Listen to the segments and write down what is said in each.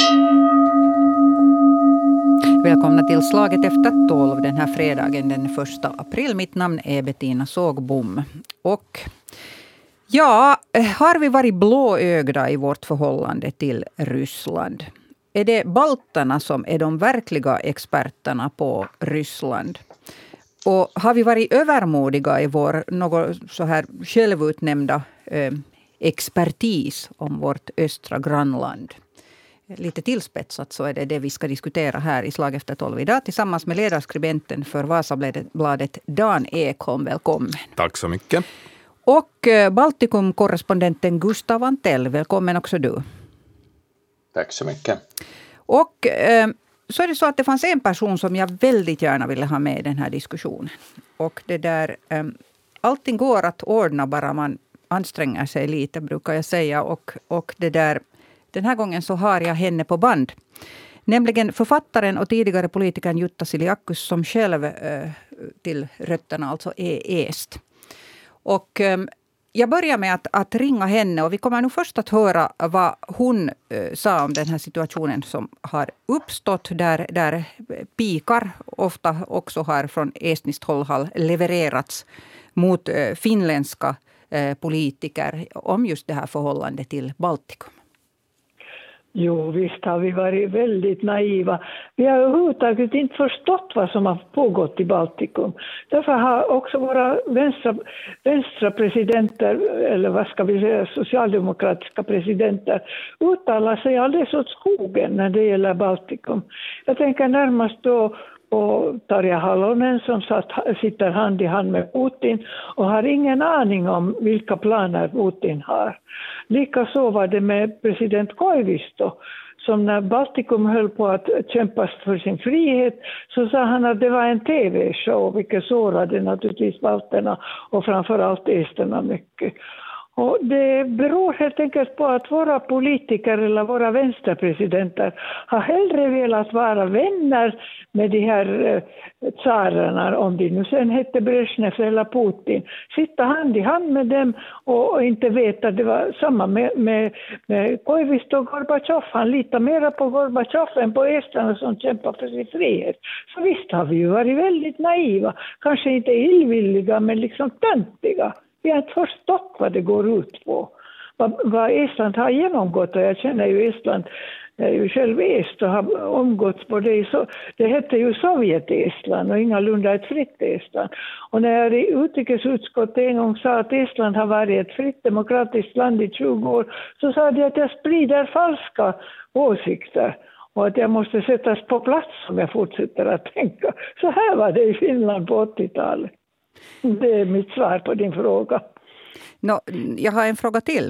Välkomna till Slaget efter 12 den här fredagen den 1 april. Mitt namn är Bettina Sågbom. Och ja, har vi varit blåögda i vårt förhållande till Ryssland? Är det balterna som är de verkliga experterna på Ryssland? Och har vi varit övermodiga i vår något så här självutnämnda expertis om vårt östra grannland? Lite tillspetsat så är det vi ska diskutera här i Slag efter 12 idag tillsammans med ledarskribenten för Vasabladet Dan Ekholm. Välkommen. Tack så mycket. Och Baltikum-korrespondenten Gustav Antell. Välkommen också du. Tack så mycket. Och så är det så att det fanns en person som jag väldigt gärna ville ha med i den här diskussionen. Och det där, allting går att ordna bara man anstränger sig lite, brukar jag säga. Och det där, den här gången så har jag henne på band. Nämligen författaren och tidigare politikern Jutta Siliakus som själv till rötterna alltså är est. Och jag börjar med att ringa henne och vi kommer nu först att höra vad hon sa om den här situationen som har uppstått där pikar ofta också har från estniskt håll har levererats mot finländska politiker om just det här förhållandet till Baltikum. Jo, visst har vi varit väldigt naiva. Vi har överhuvudtaget inte förstått vad som har pågått i Baltikum. Därför har också våra vänstra presidenter, eller vad ska vi säga, socialdemokratiska presidenter, uttalat sig alldeles åt skogen när det gäller Baltikum. Jag tänker närmast då på Tarja Halonen som sitter hand i hand med Putin och har ingen aning om vilka planer Putin har. Likaså var det med president Koivisto som när Baltikum höll på att kämpa för sin frihet så sa han att det var en tv-show, vilket sårade naturligtvis balterna och framförallt esterna mycket. Och det beror helt enkelt på att våra politiker eller våra vänsterpresidenter har hellre velat vara vänner med de här tsarerna, om de nu sen hette Brezhnev eller Putin. Sitta hand i hand med dem och inte veta. Det var samma med Koivisto och Gorbachev. Han litar mera på Gorbachev än på esterna som kämpar för sin frihet. Så visst har vi ju varit väldigt naiva. Kanske inte illvilliga men liksom töntiga. Vi har inte förstått vad det går ut på. Vad Estland har genomgått, och jag känner ju Estland, jag är ju själv est och har omgåtts på det. Så det hette ju Sovjet-Estland och ingalunda ett fritt Estland. Och när jag i utrikesutskottet en gång sa att Estland har varit ett fritt demokratiskt land i 20 år så sa de att jag sprider falska åsikter. Och att jag måste sättas på plats om jag fortsätter att tänka. Så här var det i Finland på 80-talet. Det är mitt svar på din fråga. Jag har en fråga till.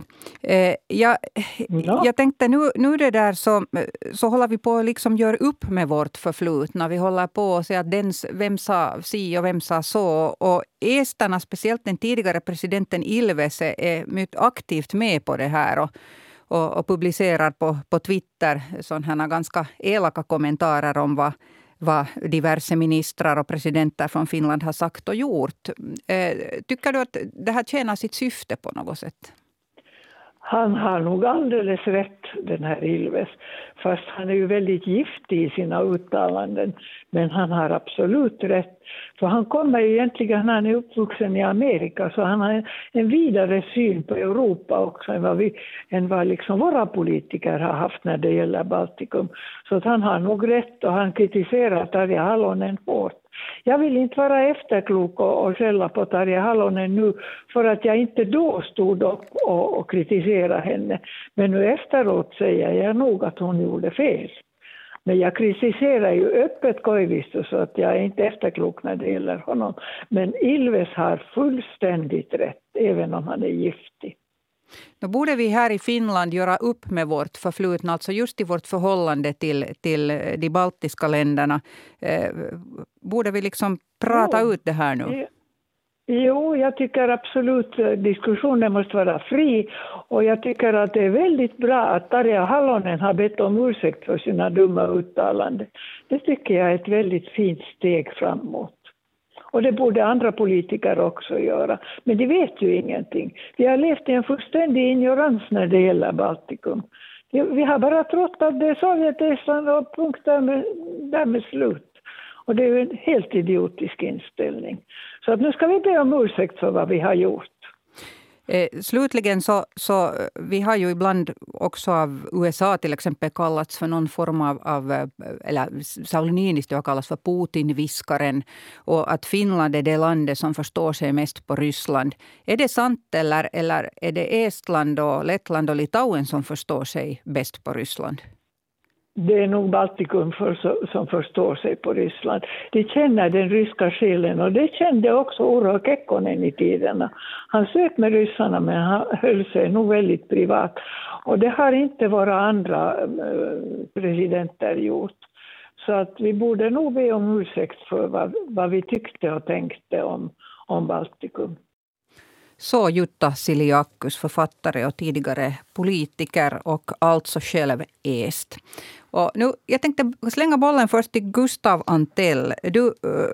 Jag tänkte nu det där så håller vi på att liksom göra upp med vårt förflutna. Vi håller på att säga att vem sa si och vem sa så. Och esterna, speciellt den tidigare presidenten Ilves, är mycket aktivt med på det här och publicerar på Twitter sådana ganska elaka kommentarer om vad diverse ministrar och presidenter från Finland har sagt och gjort. Tycker du att det här tjänar sitt syfte på något sätt? Han har nog alldeles rätt, den här Ilves. Fast han är ju väldigt giftig i sina uttalanden. Men han har absolut rätt. För han kommer ju egentligen, han är uppvuxen i Amerika. Så han har en vidare syn på Europa också än vad liksom våra politiker har haft när det gäller Baltikum. Så att han har nog rätt och han kritiserar Tarja Halonen hårt. Jag vill inte vara efterklok och skälla på Tarja Halonen nu för att jag inte då stod upp och kritiserade henne. Men nu efteråt säger jag nog att hon gjorde fel. Men jag kritiserar ju öppet Koivisto så att jag är inte efterklok när det gäller honom. Men Ilves har fullständigt rätt, även om han är giftig. Då borde vi här i Finland göra upp med vårt förflutna, alltså just i vårt förhållande till de baltiska länderna. Borde vi liksom prata ut det här nu? Jo, jag tycker absolut diskussionen måste vara fri och jag tycker att det är väldigt bra att Tarja Halonen har bett om ursäkt för sina dumma uttalanden. Det tycker jag är ett väldigt fint steg framåt. Och det borde andra politiker också göra. Men de vet ju ingenting. Vi har levt i en fullständig ignorans när det gäller Baltikum. Vi har bara trott att det är Sovjet-Estland och punkt därmed slut. Och det är ju en helt idiotisk inställning. Så att nu ska vi be om ursäkt för vad vi har gjort. Slutligen så vi har ju ibland också av USA till exempel kallats för någon form av eller Sauli Niinistö har kallats för Putin-viskaren, och att Finland är det landet som förstår sig mest på Ryssland. Är det sant eller är det Estland och Lettland och Litauen som förstår sig bäst på Ryssland? Det är nog Baltikum som förstår sig på Ryssland. De känner den ryska själen, och det kände också Urho Kekkonen i tiderna. Han sökte med ryssarna, men han höll sig nog väldigt privat. Och det har inte våra andra presidenter gjort. Så att vi borde nog be om ursäkt för vad vi tyckte och tänkte om Baltikum. Så Jutta Siliakus, författare och tidigare politiker och alltså själv est. Och nu, jag tänkte slänga bollen först till Gustav Antell. Du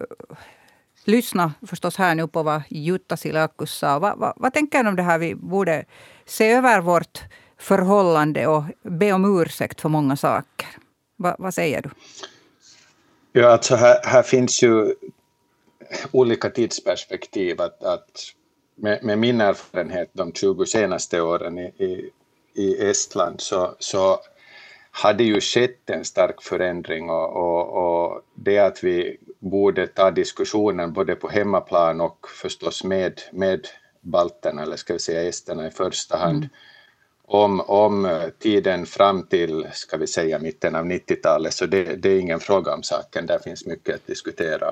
lyssnar förstås här nu på vad Jutta Siliakus sa. Vad tänker du om det här? Vi borde se över vårt förhållande och be om ursäkt för många saker. Vad säger du? Ja, alltså här finns ju olika tidsperspektiv. Att med min erfarenhet de 20 senaste åren i Estland så har det ju skett en stark förändring, och det att vi borde ta diskussionen både på hemmaplan och förstås med balterna, eller ska vi säga esterna i första hand, om tiden fram till, ska vi säga, mitten av 90-talet, så det är ingen fråga om saken. Där finns mycket att diskutera.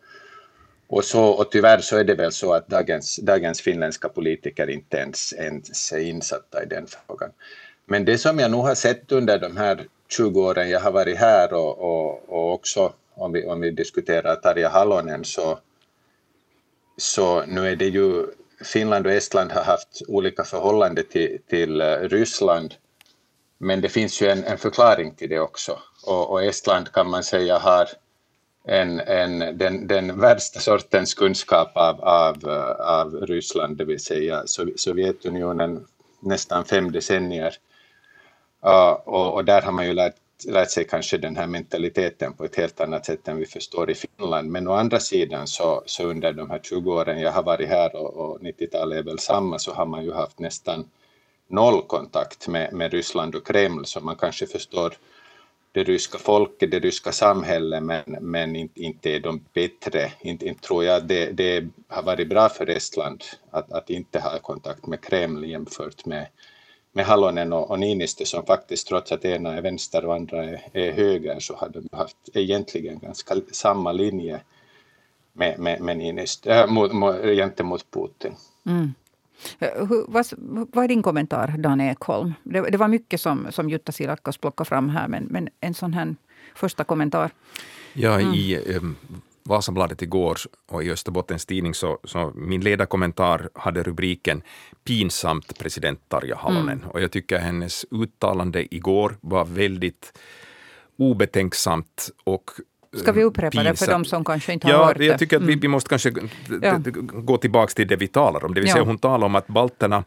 Och tyvärr så är det väl så att dagens finländska politiker inte ens är insatta i den frågan. Men det som jag nog har sett under de här 20 åren jag har varit här, och också om vi diskuterar Tarja Halonen, så nu är det ju Finland och Estland har haft olika förhållande till Ryssland, men det finns ju en förklaring till det också. Och Estland kan man säga har den värsta sortens kunskap av Ryssland, det vill säga Sovjetunionen nästan 5 decennier. Och där har man ju lärt sig kanske den här mentaliteten på ett helt annat sätt än vi förstår i Finland. Men å andra sidan så under de här 20 åren jag har varit här, och 90-talet är väl samma, så har man ju haft nästan noll kontakt med Ryssland och Kreml, så man kanske förstår det ryska folket, det ryska samhället, men inte är de bättre. Inte tror jag det har varit bra för Estland att inte ha kontakt med Kreml jämfört med Halonen och Niinistö, som faktiskt, trots att ena är vänster och andra är höger, så har de haft egentligen ganska samma linje med Niinistö gentemot Putin. Mm. Vad är din kommentar, Dan Ekholm? Det var mycket som Jutta Siliakus plockade fram här, men en sån här första kommentar. Ja, i Vasabladet igår och i Österbottens tidning så min ledarkommentar hade rubriken "Pinsamt president Tarja Halonen". Och jag tycker hennes uttalande igår var väldigt obetänksamt och ska vi upprepa det för de som kanske inte har hört det? Ja, jag tycker att vi måste kanske gå tillbaka till det vi talar om. Det vill säga hon talar om att balterna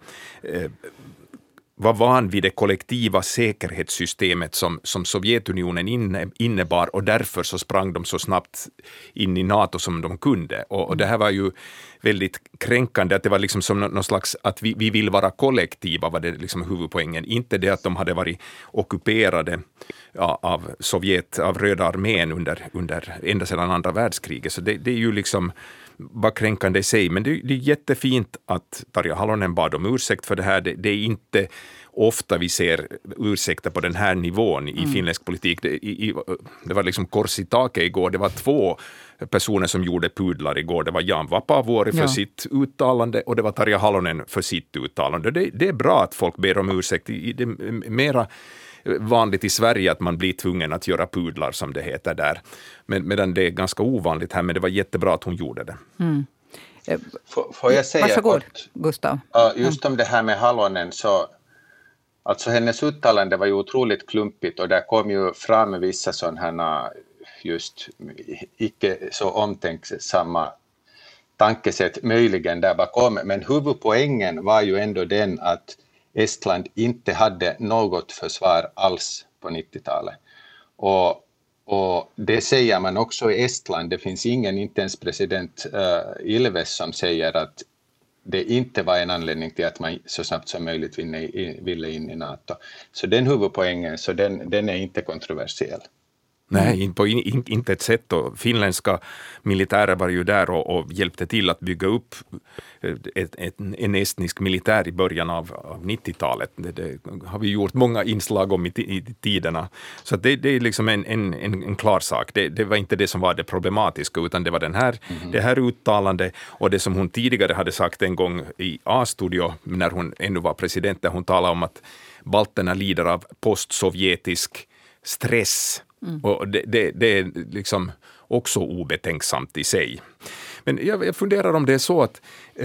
var van vid det kollektiva säkerhetssystemet som Sovjetunionen innebar, och därför så sprang de så snabbt in i NATO som de kunde. Och det här var ju väldigt kränkande, att det var liksom som någon slags att vi vill vara kollektiva, var det liksom huvudpoängen. Inte det att de hade varit ockuperade av Sovjet, av Röda armén under ända sedan andra världskriget. Så det är ju liksom var kränkande i sig, men det är jättefint att Tarja Halonen bad om ursäkt för det här. Det är inte ofta vi ser ursäkter på den här nivån i finländsk politik. Det var liksom kors i taket igår. Det var 2 personer som gjorde pudlar igår. Det var Jan Vapaavuori för sitt uttalande, och det var Tarja Halonen för sitt uttalande. Det är bra att folk ber om ursäkt. Det är mera vanligt i Sverige att man blir tvungen att göra pudlar, som det heter där. Medan det är ganska ovanligt här, men det var jättebra att hon gjorde det. Mm. Får jag säga varsågod, Gustav. Just om det här med Halonen, så alltså hennes uttalande var ju otroligt klumpigt, och där kom ju fram vissa sådana just icke så omtänksamma tankesätt möjligen där bakom. Men huvudpoängen var ju ändå den att Estland inte hade något försvar alls på 90-talet. Och det säger man också i Estland. Det finns inte ens president Ilves som säger att det inte var en anledning till att man så snabbt som möjligt ville in i NATO. Så den huvudpoängen, så den är inte kontroversiell. Nej, på inte ett sätt. Och finländska militärer var ju där och hjälpte till att bygga upp en estnisk militär i början av 90-talet. Det har vi gjort många inslag om i tiderna. Så det är liksom en klar sak. Det var inte det som var det problematiska, utan det var det här uttalande och det som hon tidigare hade sagt en gång i A-studio när hon ännu var president, där hon talade om att balterna lider av postsovjetisk stress. Och det är liksom också obetänksamt i sig. Men jag funderar om det är så att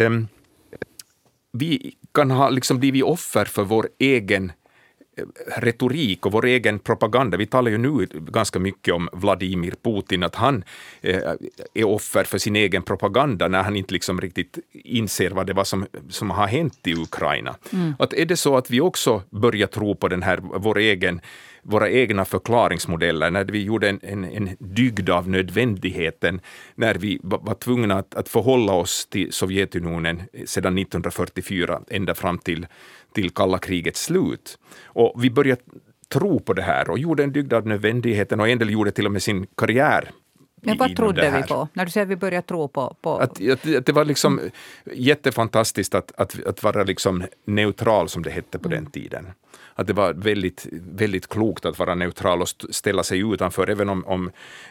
vi kan ha liksom blivit offer för vår egen retorik och vår egen propaganda. Vi talar ju nu ganska mycket om Vladimir Putin, att han är offer för sin egen propaganda när han inte liksom riktigt inser vad det var som har hänt i Ukraina. Att är det så att vi också börjar tro på den här våra egna förklaringsmodeller, när vi gjorde en dygd av nödvändigheten, när vi var tvungna att förhålla oss till Sovjetunionen sedan 1944 ända fram till kalla krigets slut. Och vi började tro på det här och gjorde en dygd av nödvändigheten, och en del gjorde till och med sin karriär. Men vad trodde vi på? När du säger att vi började tro på... Att det var liksom jättefantastiskt att vara liksom neutral, som det hette på den tiden. Att det var väldigt, väldigt klokt att vara neutral och ställa sig utanför, även om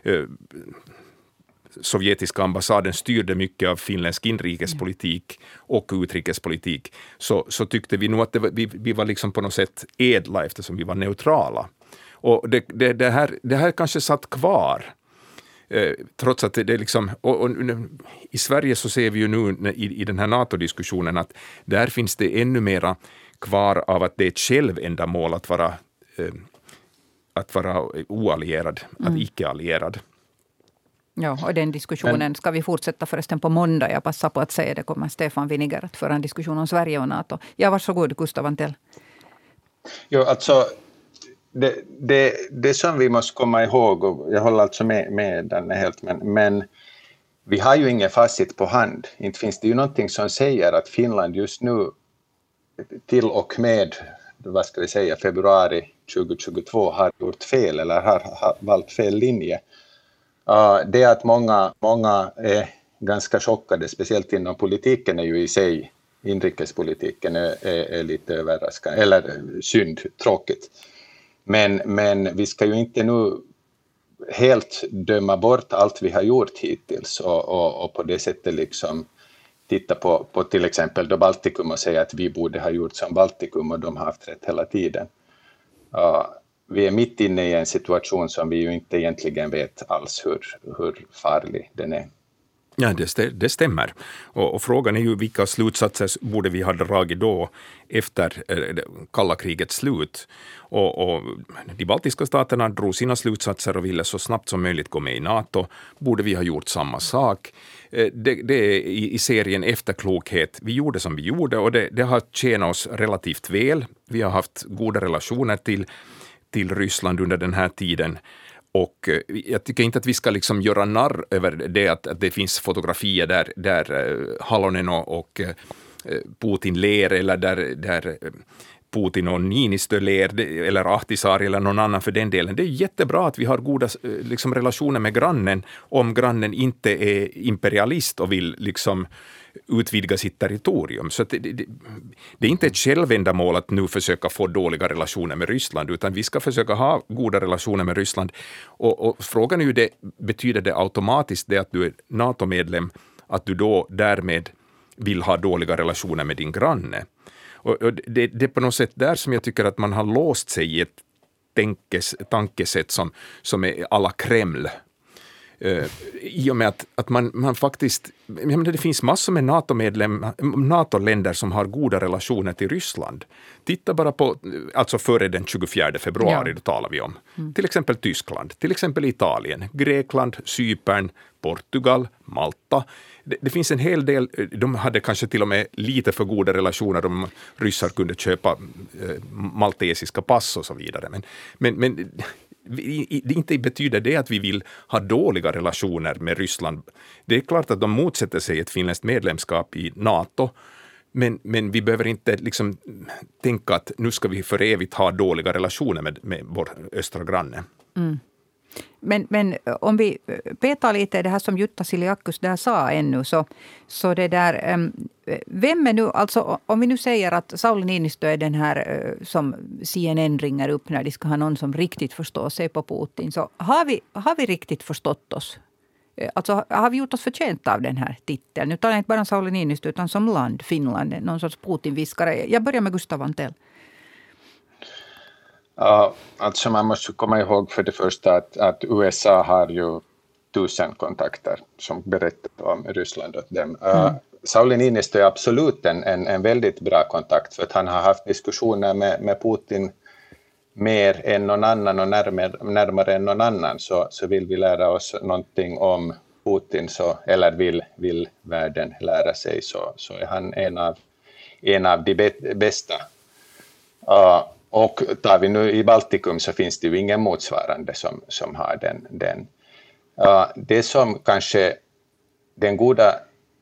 sovjetiska ambassaden styrde mycket av finländsk inrikespolitik och utrikespolitik, så tyckte vi nog att vi var liksom på något sätt ädla eftersom vi var neutrala. Och det här kanske satt kvar. Trots att det är liksom, och i Sverige så ser vi ju nu i den här NATO-diskussionen att där finns det ännu mera kvar av att det är ett självändamål att vara oallierad, att icke-allierad. Ja, och den diskussionen ska vi fortsätta förresten på måndag. Jag passar på att säga det, kommer Stefan Winiger att föra en diskussion om Sverige och NATO. Ja, varsågod, Gustav Antell. Jo, alltså det som vi måste komma ihåg, och jag håller alltså med den helt, men vi har ju ingen facit på hand. Inte finns det ju någonting som säger att Finland just nu till och med, vad ska vi säga, februari 2022 har gjort fel eller har valt fel linje. Det att många är ganska chockade, speciellt inom politiken, är ju i sig, inrikespolitiken är lite överraskande, eller synd, tråkigt. Men vi ska ju inte nu helt döma bort allt vi har gjort hittills och på det sättet liksom titta på till exempel då Baltikum och säga att vi borde ha gjort som Baltikum och de har haft rätt hela tiden. Vi är mitt inne i en situation som vi ju inte egentligen vet alls hur farlig den är. Ja, det stämmer. Och frågan är ju vilka slutsatser borde vi ha dragit då efter kalla krigets slut. Och de baltiska staterna drog sina slutsatser och ville så snabbt som möjligt gå med i NATO. Borde vi ha gjort samma sak? Det är i serien efterklokhet. Vi gjorde som vi gjorde, och det har tjänat oss relativt väl. Vi har haft goda relationer till Ryssland under den här tiden. Och jag tycker inte att vi ska liksom göra narr över det att det finns fotografier där Halonen och Putin ler, eller där Putin och Niinistö ler, eller Ahtisaari eller någon annan för den delen. Det är jättebra att vi har goda liksom relationer med grannen, om grannen inte är imperialist och vill liksom utvidga sitt territorium. Så det är inte ett självändamål att nu försöka få dåliga relationer med Ryssland, utan vi ska försöka ha goda relationer med Ryssland. Och frågan är ju, betyder det automatiskt det att du är NATO-medlem, att du då därmed vill ha dåliga relationer med din granne? Och det är på något sätt där som jag tycker att man har låst sig i ett tankesätt som är alla Kreml. I och med att man faktiskt, det finns massor med NATO-länder som har goda relationer till Ryssland. Titta bara på, alltså före den 24 februari, då talar vi om. Till exempel Tyskland, till exempel Italien, Grekland, Cypern, Portugal, Malta. Det finns en hel del, de hade kanske till och med lite för goda relationer om ryssar kunde köpa maltesiska pass och så vidare. Men det inte betyder det att vi vill ha dåliga relationer med Ryssland. Det är klart att de motsätter sig ett finländskt medlemskap i NATO, men vi behöver inte liksom tänka att nu ska vi för evigt ha dåliga relationer med vår östra granne. Mm. Men om vi petar lite det här som Jutta Siliakus där sa ännu, så det där, vem är nu, alltså om vi nu säger att Sauli Niinistö är den här som CNN ringer upp när de ska ha någon som riktigt förstår sig på Putin, så har vi riktigt förstått oss? Alltså har vi gjort oss förtjänta av den här titeln? Nu talar jag inte bara om Sauli Niinistö utan som land, Finland, någon sorts Putin-viskare. Jag börjar med Gustav Antell. Alltså man måste komma ihåg för det första att USA har ju 1000 kontakter som berättar om Ryssland åt dem. Sauli Niinistö är absolut en väldigt bra kontakt, för att han har haft diskussioner med Putin mer än någon annan och närmare än någon annan. Så vill vi lära oss någonting om Putin, eller vill världen lära sig, så är han en av de bästa. Och tar vi nu i Baltikum så finns det ju ingen motsvarande som har den. Det som kanske den goda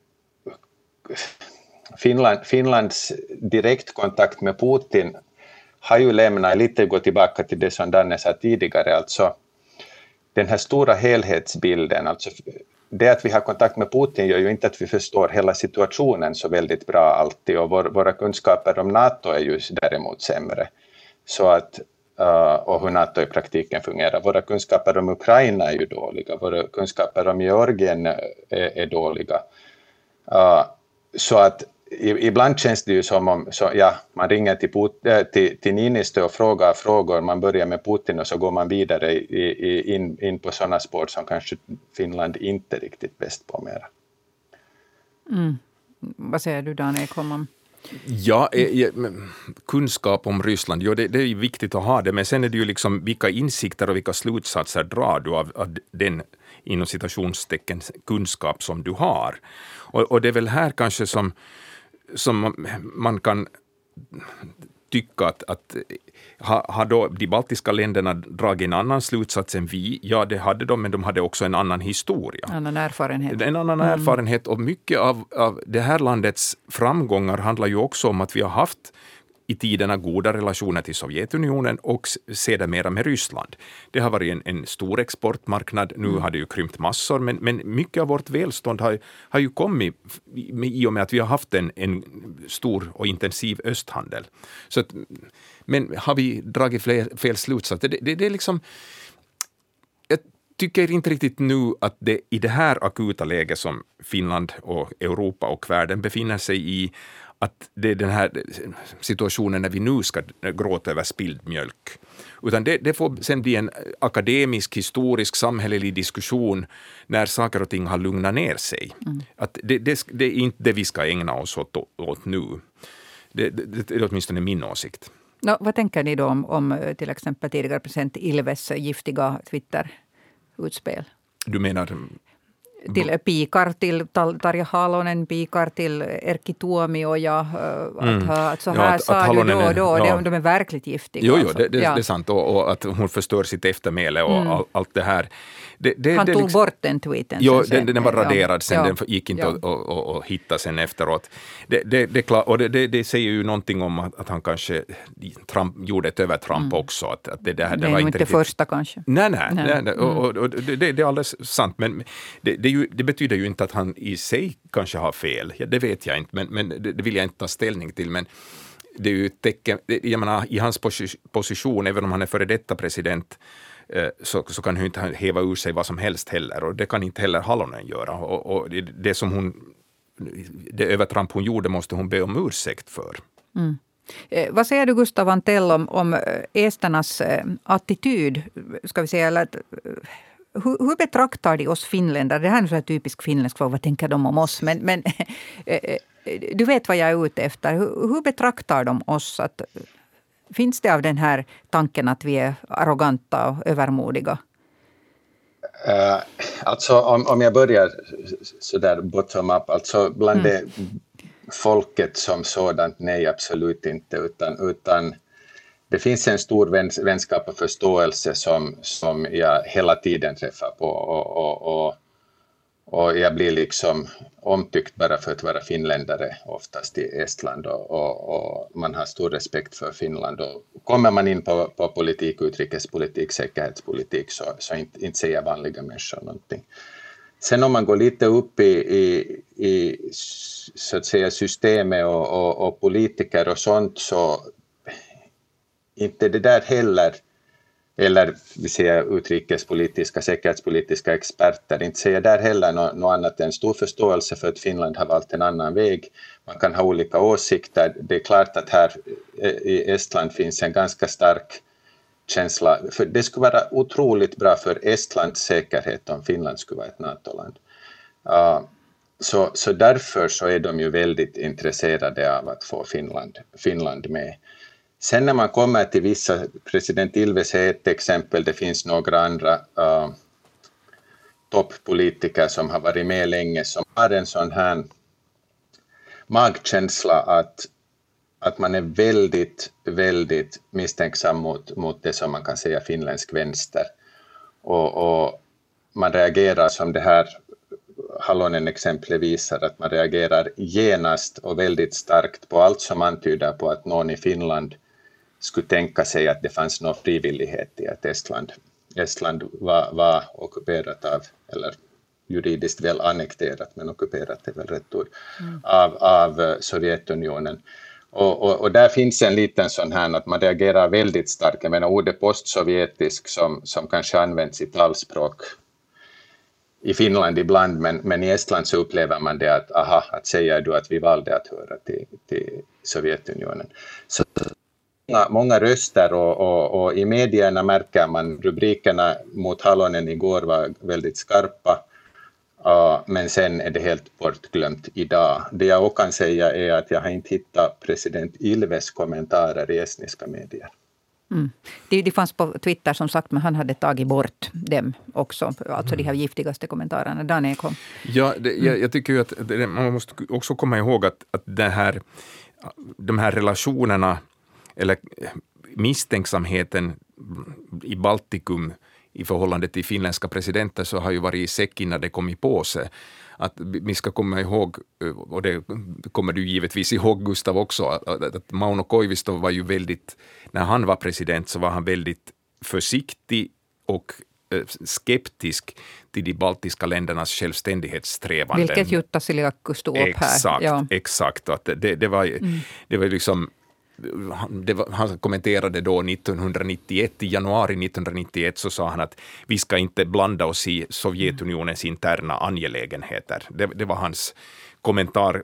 Finlands direktkontakt med Putin har ju lämnat, lite gå tillbaka till det som Danne sa tidigare, alltså den här stora helhetsbilden, alltså det att vi har kontakt med Putin gör ju inte att vi förstår hela situationen så väldigt bra alltid, och våra kunskaper om NATO är ju däremot sämre. Så att, och hur NATO i praktiken fungerar. Våra kunskaper om Ukraina är ju dåliga. Våra kunskaper om Georgien är dåliga. Så att ibland känns det ju som om man ringer till Niinistö och frågar frågor. Man börjar med Putin och så går man vidare in på sådana spår som kanske Finland inte riktigt bäst på mera. Vad säger du, Dan Ekholm? Ja, kunskap om Ryssland, det är ju viktigt att ha det, men sen är det ju liksom vilka insikter och vilka slutsatser drar du av den inom citationstecken kunskap som du har. Och det är väl här kanske som man kan tycka att har då de baltiska länderna dragit en annan slutsats än vi? Ja, det hade de, men de hade också en annan historia. En annan erfarenhet. En annan erfarenhet, och mycket av det här landets framgångar handlar ju också om att vi har haft i tiderna goda relationer till Sovjetunionen och sedermera med Ryssland. Det har varit en stor exportmarknad, nu har det ju krympt massor, men mycket av vårt välstånd har ju kommit i och med att vi har haft en stor och intensiv östhandel. Så att, men har vi dragit fel slutsatser? Det är liksom, jag tycker inte riktigt nu att det i det här akuta läget som Finland och Europa och världen befinner sig i, att det är den här situationen när vi nu ska gråta över spilld mjölk. Utan det får sen bli en akademisk, historisk, samhällelig diskussion när saker och ting har lugnat ner sig. Att det är inte det vi ska ägna oss åt nu. Det är åtminstone min åsikt. Vad tänker ni då om till exempel tidigare president Ilves giftiga Twitter-utspel? Du menar... Till pikar, till Tarja Halonen, pikar till Erkki Tuomioja. Att så här sa du då. De är verkligt giftiga. Jo, det är sant. Och att hon förstör sitt eftermäle och allt det här. Han tog bort den tweeten. Jo, den var raderad sen. Den gick inte att hitta sen efteråt. Det säger ju någonting om att han kanske gjorde ett övertramp också. Att det var inte riktigt... första kanske. Nej. Och det är alldeles sant. Men det betyder ju inte att han i sig kanske har fel. Det vet jag inte, men det vill jag inte ta ställning till. Men det är ju ett tecken, jag menar, i hans position, även om han är före detta president, så kan han inte häva ur sig vad som helst heller. Och det kan inte heller Halonen göra. Och det övertramp hon gjorde måste hon be om ursäkt för. Vad säger du, Gustav Antell, om esternas attityd, ska vi säga, eller hur betraktar de oss finländare? Det här är en så här typisk finländsk fråga. Vad tänker de om oss? Men du vet vad jag är ute efter. Hur betraktar de oss? Finns det av den här tanken att vi är arroganta och övermodiga? Alltså om jag börjar så där bottom up. Alltså bland det folket som sådant, nej absolut inte. Utan det finns en stor vänskap och förståelse som jag hela tiden träffar på och jag blir liksom omtyckt bara för att vara finländare oftast i Estland och man har stor respekt för Finland. Och kommer man in på politik, utrikespolitik, säkerhetspolitik så inte säger vanliga människor någonting. Sen om man går lite upp i så att säga systemet och politiker och sånt så inte det där heller, eller vi säger utrikespolitiska, säkerhetspolitiska experter, inte säger där heller något annat än stor förståelse för att Finland har valt en annan väg. Man kan ha olika åsikter. Det är klart att här i Estland finns en ganska stark känsla, för det skulle vara otroligt bra för Estlands säkerhet om Finland skulle vara ett NATO-land. Så därför så är de ju väldigt intresserade av att få Finland med. Sen när man kommer till vissa, president Ilves är ett exempel, det finns några andra toppolitiker som har varit med länge som har en sån här magkänsla att man är väldigt, väldigt misstänksam mot det som man kan säga finländsk vänster. Och man reagerar som det här Halonen exempel visar, att man reagerar genast och väldigt starkt på allt som antyder på att någon i Finland skulle tänka sig att det fanns någon frivillighet i att Estland var ockuperat av, eller juridiskt väl annekterat, men ockuperat är väl rätt ord, av Sovjetunionen. Och där finns en liten sån här att man reagerar väldigt starkt. Jag menar ordet postsovjetisk som kanske används i talspråk i Finland ibland, men i Estland så upplever man det att säger du att vi valde att höra till Sovjetunionen. Så många röster och i medierna märker man rubrikerna mot Halonen igår var väldigt skarpa, men sen är det helt bortglömt idag. Det jag också kan säga är att jag har inte hittat president Ilves kommentarer i estniska medier. Det fanns på Twitter som sagt, men han hade tagit bort dem också. Alltså de här giftigaste kommentarerna. Dan Ekholm. Ja, jag tycker ju att man måste också komma ihåg att de här relationerna eller misstänksamheten i Baltikum i förhållande till finländska presidenter så har ju varit i säck innan det kommit på sig. Att vi ska komma ihåg, och det kommer du givetvis ihåg Gustav också, att Mauno Koivisto var ju väldigt, när han var president så var han väldigt försiktig och skeptisk till de baltiska ländernas självständighetssträvanden. Vilket Jutta Siliakku stod upp här. Exakt. Att det var liksom han kommenterade då 1991, i januari 1991 så sa han att vi ska inte blanda oss i Sovjetunionens interna angelägenheter. Det var hans kommentar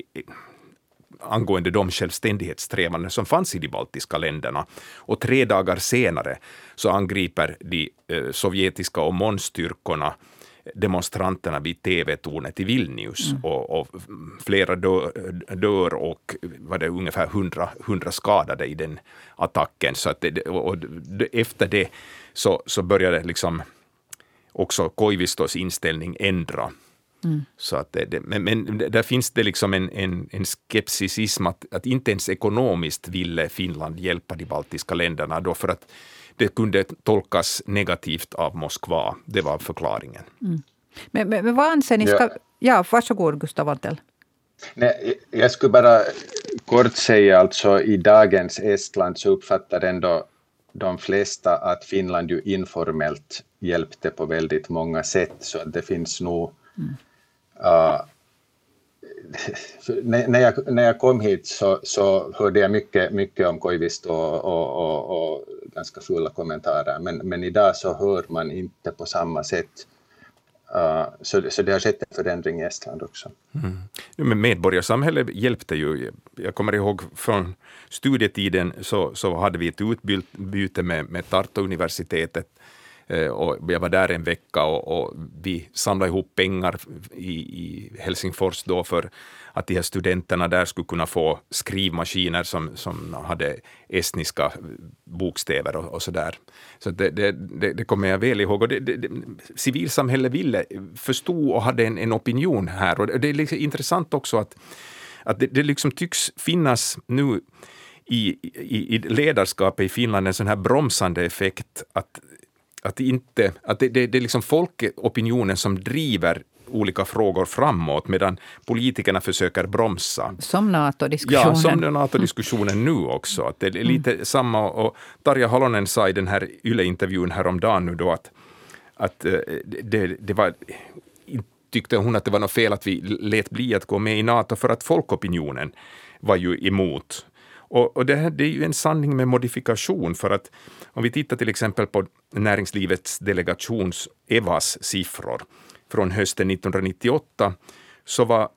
angående de självständighetssträvanden som fanns i de baltiska länderna. Och 3 dagar senare så angriper de sovjetiska OMON-styrkorna demonstranterna vid TV-tornet i Vilnius och flera dör och var det ungefär 100 skadade i den attacken. Så att efter det så började liksom också Koivistos inställning ändra. Så att men där finns det liksom en skepticism att inte ens ekonomiskt ville Finland hjälpa de baltiska länderna då för att det kunde tolkas negativt av Moskva. Det var förklaringen. Men vad anser ni ska... Ja, varsågod Gustav Valtel. Nej, jag skulle bara kort säga, alltså i dagens Estland så uppfattar ändå de flesta att Finland ju informellt hjälpte på väldigt många sätt, så att det finns nog... När jag kom hit så hörde jag mycket om Koivisto och ganska fulla kommentarer, men idag så hör man inte på samma sätt. Så det har skett en förändring i Estland också. Men medborgarsamhället hjälpte ju. Jag kommer ihåg från studietiden så hade vi ett utbyte med Tartu-universitetet Och jag var där en vecka och vi samlade ihop pengar i Helsingfors då för att de här studenterna där skulle kunna få skrivmaskiner som hade estniska bokstäver och så där. Så det kommer jag väl ihåg. Och civilsamhället ville förstå och hade en opinion här. Och det är liksom intressant också att det liksom tycks finnas nu i ledarskapet i Finland en sån här bromsande effekt att det är liksom folkopinionen som driver olika frågor framåt medan politikerna försöker bromsa. Som NATO-diskussionen. Ja, som den NATO-diskussionen nu också. Att det är lite samma, och Tarja Halonen sa i den här Yle-intervjun häromdagen nu då att det var, tyckte hon att det var något fel att vi lät bli att gå med i NATO för att folkopinionen var ju emot. Och det är ju en sanning med modifikation, för att om vi tittar till exempel på näringslivets delegations EVAs siffror från hösten 1998 så var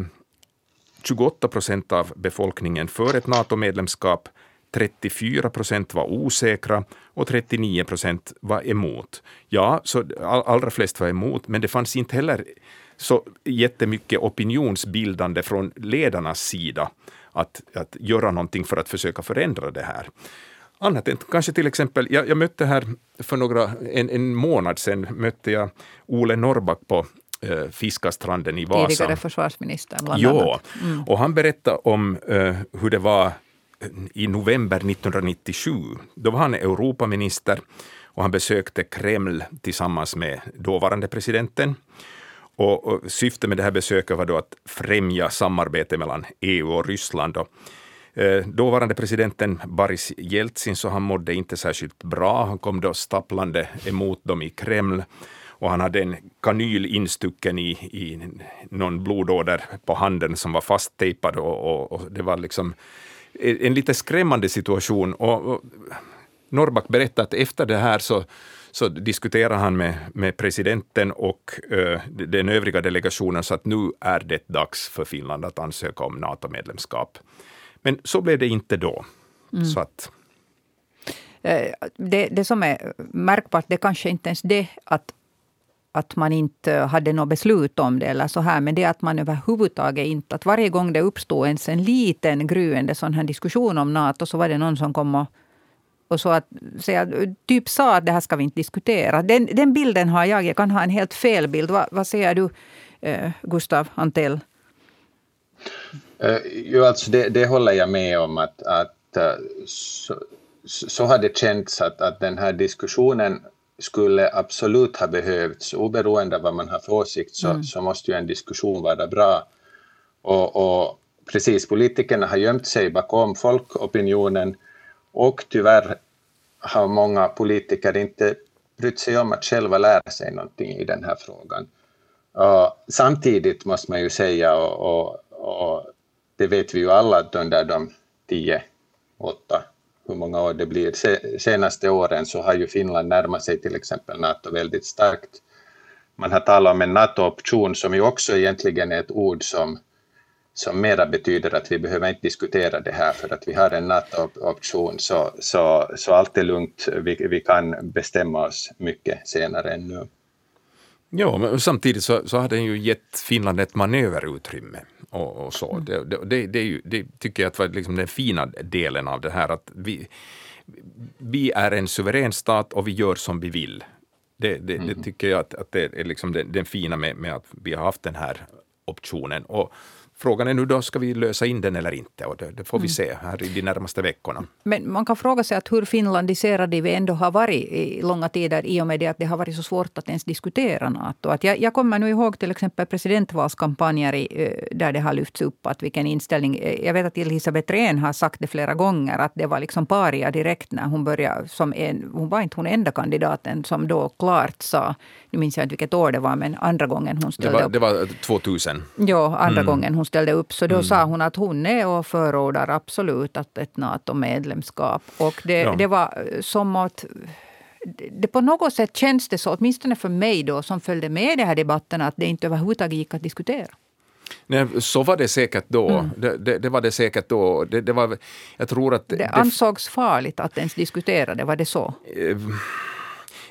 28% av befolkningen för ett NATO-medlemskap, 34% var osäkra och 39% var emot. Ja, så allra flest var emot, men det fanns inte heller så jättemycket opinionsbildande från ledarnas sida att göra någonting för att försöka förändra det här. Annat än kanske till exempel, jag mötte här för en månad sedan mötte jag Ole Norrback på Fiskastranden i Vasa. Tidigare försvarsminister bland annat. Ja, och han berättade om hur det var i november 1997. Då var han Europaminister och han besökte Kreml tillsammans med dåvarande presidenten. Och syftet med det här besöket var då att främja samarbete mellan EU och Ryssland. Och dåvarande presidenten Boris Jeltsin, så han mådde inte särskilt bra. Han kom då stapplande emot dem i Kreml och han hade en kanyl instucken i någon blodåder på handen som var fasttejpad och det var liksom en lite skrämmande situation. Och Norrback berättade att efter det här så diskuterar han med presidenten och den övriga delegationen så att nu är det dags för Finland att ansöka om NATO-medlemskap. Men så blev det inte då. Så att det som är märkbart, det kanske inte ens det att man inte hade något beslut om det eller så här, men det är att man överhuvudtaget inte, att varje gång det uppstod ens en liten gryende sån här diskussion om NATO så var det någon som kom och så att säga, typ sa att det här ska vi inte diskutera. Den bilden har jag kan ha en helt fel bild. Vad säger du, Gustav Antell? Jo, alltså det håller jag med om att så har det känts att den här diskussionen skulle absolut ha behövts. Oberoende av vad man har för åsikt så måste ju en diskussion vara bra. Och precis, politikerna har gömt sig bakom folkopinionen och tyvärr har många politiker inte brytt sig om att själva lära sig någonting i den här frågan. Samtidigt måste man ju säga, och det vet vi ju alla, att under de 10, 8, hur många år det blir, senaste åren så har ju Finland närmat sig till exempel NATO väldigt starkt. Man har talat om en NATO-option som ju också egentligen är ett ord som mera betyder att vi behöver inte diskutera det här för att vi har en NATO-option så allt är lugnt. Vi kan bestämma oss mycket senare än nu. Ja, men samtidigt så har den ju gett Finland ett manöverutrymme och så. Det tycker jag att var liksom den fina delen av det här, att vi är en suverän stat och vi gör som vi vill. Det tycker jag att det är liksom den fina med att vi har haft den här optionen. Och frågan är nu då, ska vi lösa in den eller inte? Och det får vi se här i de närmaste veckorna. Men man kan fråga sig att hur finlandiserade vi ändå har varit i långa tider i och med det att det har varit så svårt att ens diskutera NATO. Att jag kommer nu ihåg till exempel presidentvalskampanjer där det har lyfts upp att vilken inställning. Jag vet att Elisabeth Rehn har sagt det flera gånger att det var liksom paria direkt när hon började hon var inte hon enda kandidaten som då klart sa, nu minns jag inte vilket år det var, men andra gången hon ställde upp. Det var 2000. Ja, andra gången hon ställde upp. Så då sa hon att hon är och förordar absolut att ett NATO-medlemskap. Och det var som att det på något sätt känns det så, åtminstone för mig då som följde med i den här debatten, att det inte överhuvudtaget gick att diskutera. Nej, så var det säkert då. Det var det säkert då. Det var, jag tror att det ansågs farligt att ens diskutera det, var det så?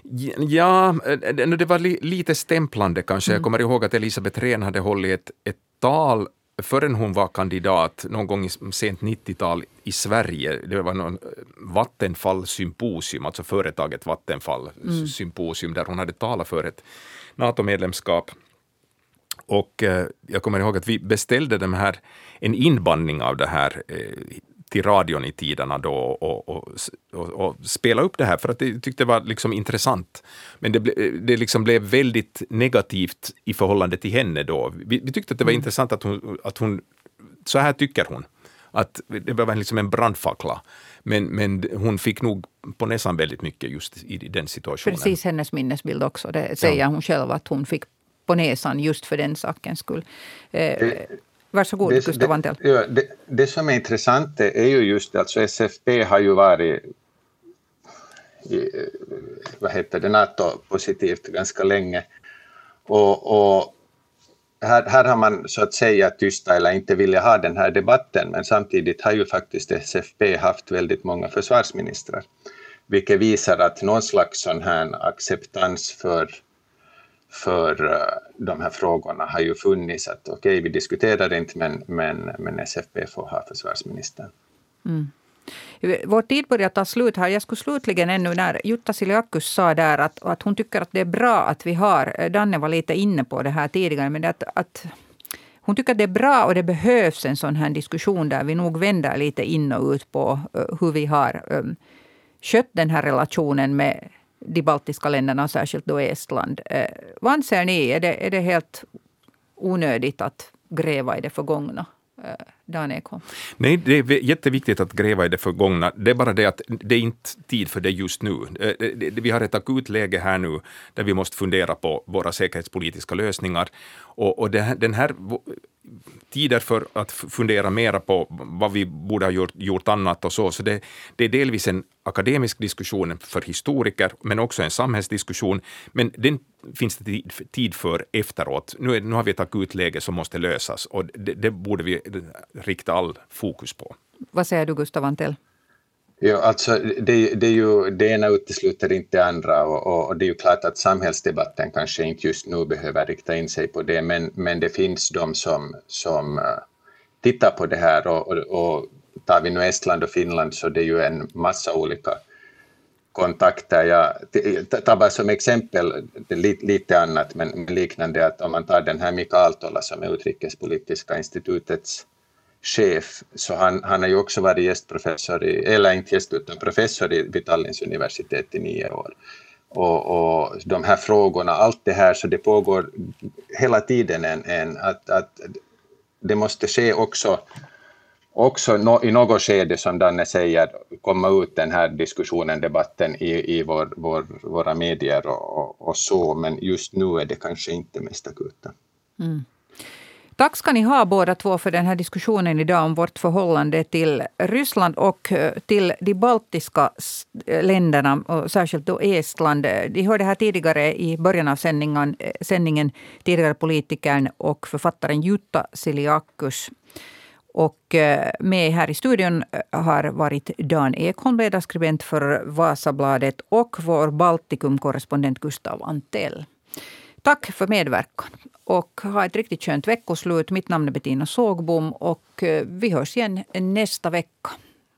Ja, det var lite stämplande kanske. Jag kommer ihåg att Elisabeth Rehn hade hållit ett tal förrän hon var kandidat någon gång i sent 90-tal i Sverige. Det var någon Vattenfall-symposium, alltså företaget Vattenfall-symposium, där hon hade talat för ett NATO-medlemskap. Och jag kommer ihåg att vi beställde en inbandning av det här till radion i tiderna då och spela upp det här för att jag tyckte det var liksom intressant. Men det liksom blev väldigt negativt i förhållande till henne då. Vi tyckte att det var intressant att hon så här tycker hon. Att det var liksom en brandfackla. Men hon fick nog på nästan väldigt mycket just i den situationen. Precis hennes minnesbild också. Det säger hon själv att hon fick på näsan just för den sakens skull. Varsågod, Gustav Antell. Det som är intressant är ju just alltså SFP har ju varit NATO-positivt ganska länge. Och här har man så att säga tysta eller inte vilja ha den här debatten, men samtidigt har ju faktiskt SFP haft väldigt många försvarsministrar, vilket visar att någon slags sån här acceptans för de här frågorna har ju funnits, att okej, vi diskuterar inte, men SFP får ha försvarsministern. Vår tid börjar ta slut här. Jag skulle slutligen ännu när Jutta Siliakus sa där att hon tycker att det är bra att vi har, Danne var lite inne på det här tidigare, men att hon tycker att det är bra och det behövs en sån här diskussion där vi nog vänder lite in och ut på hur vi har skött den här relationen med de baltiska länderna, särskilt då Estland. Vad anser ni? Är det helt onödigt att gräva i det förgångna? Dan Ekholm. Nej, det är jätteviktigt att gräva i det förgångna. Det är bara det att det är inte tid för det just nu. Vi har ett akut läge här nu där vi måste fundera på våra säkerhetspolitiska lösningar. Och den här tider för att fundera mera på vad vi borde ha gjort annat och så det är delvis en akademisk diskussion för historiker, men också en samhällsdiskussion. Men den finns det tid för efteråt. Nu har vi ett akut läge som måste lösas och det borde vi rikta all fokus på. Vad säger du, Gustav Antell? Ja, alltså det ena utesluter inte det andra och det är ju klart att samhällsdebatten kanske inte just nu behöver rikta in sig på det, men det finns de som tittar på det här och tar vi nu Estland och Finland så det är ju en massa olika kontakter. Jag tar bara som exempel lite annat men liknande, att om man tar den här Mika Aaltola som är utrikespolitiska institutets chef, så han har ju också varit gästprofessor professor vid Tallinns universitet i 9 år. Och de här frågorna, allt det här, så det pågår hela tiden att det måste ske också i något skede, som Danne säger, komma ut den här diskussionen, debatten i våra medier och så, men just nu är det kanske inte mest akuta. Tack ska ni ha båda två för den här diskussionen idag om vårt förhållande till Ryssland och till de baltiska länderna, och särskilt då Estland. Vi hörde här tidigare i början av sändningen tidigare politikern och författaren Jutta Siliakus. Och med här i studion har varit Dan Ekholm, ledarskribent för Vasabladet, och vår Baltikum-korrespondent Gustav Antell. Tack för medverkan och ha ett riktigt skönt veckoslut. Mitt namn är Bettina Sågbom och vi hörs igen nästa vecka.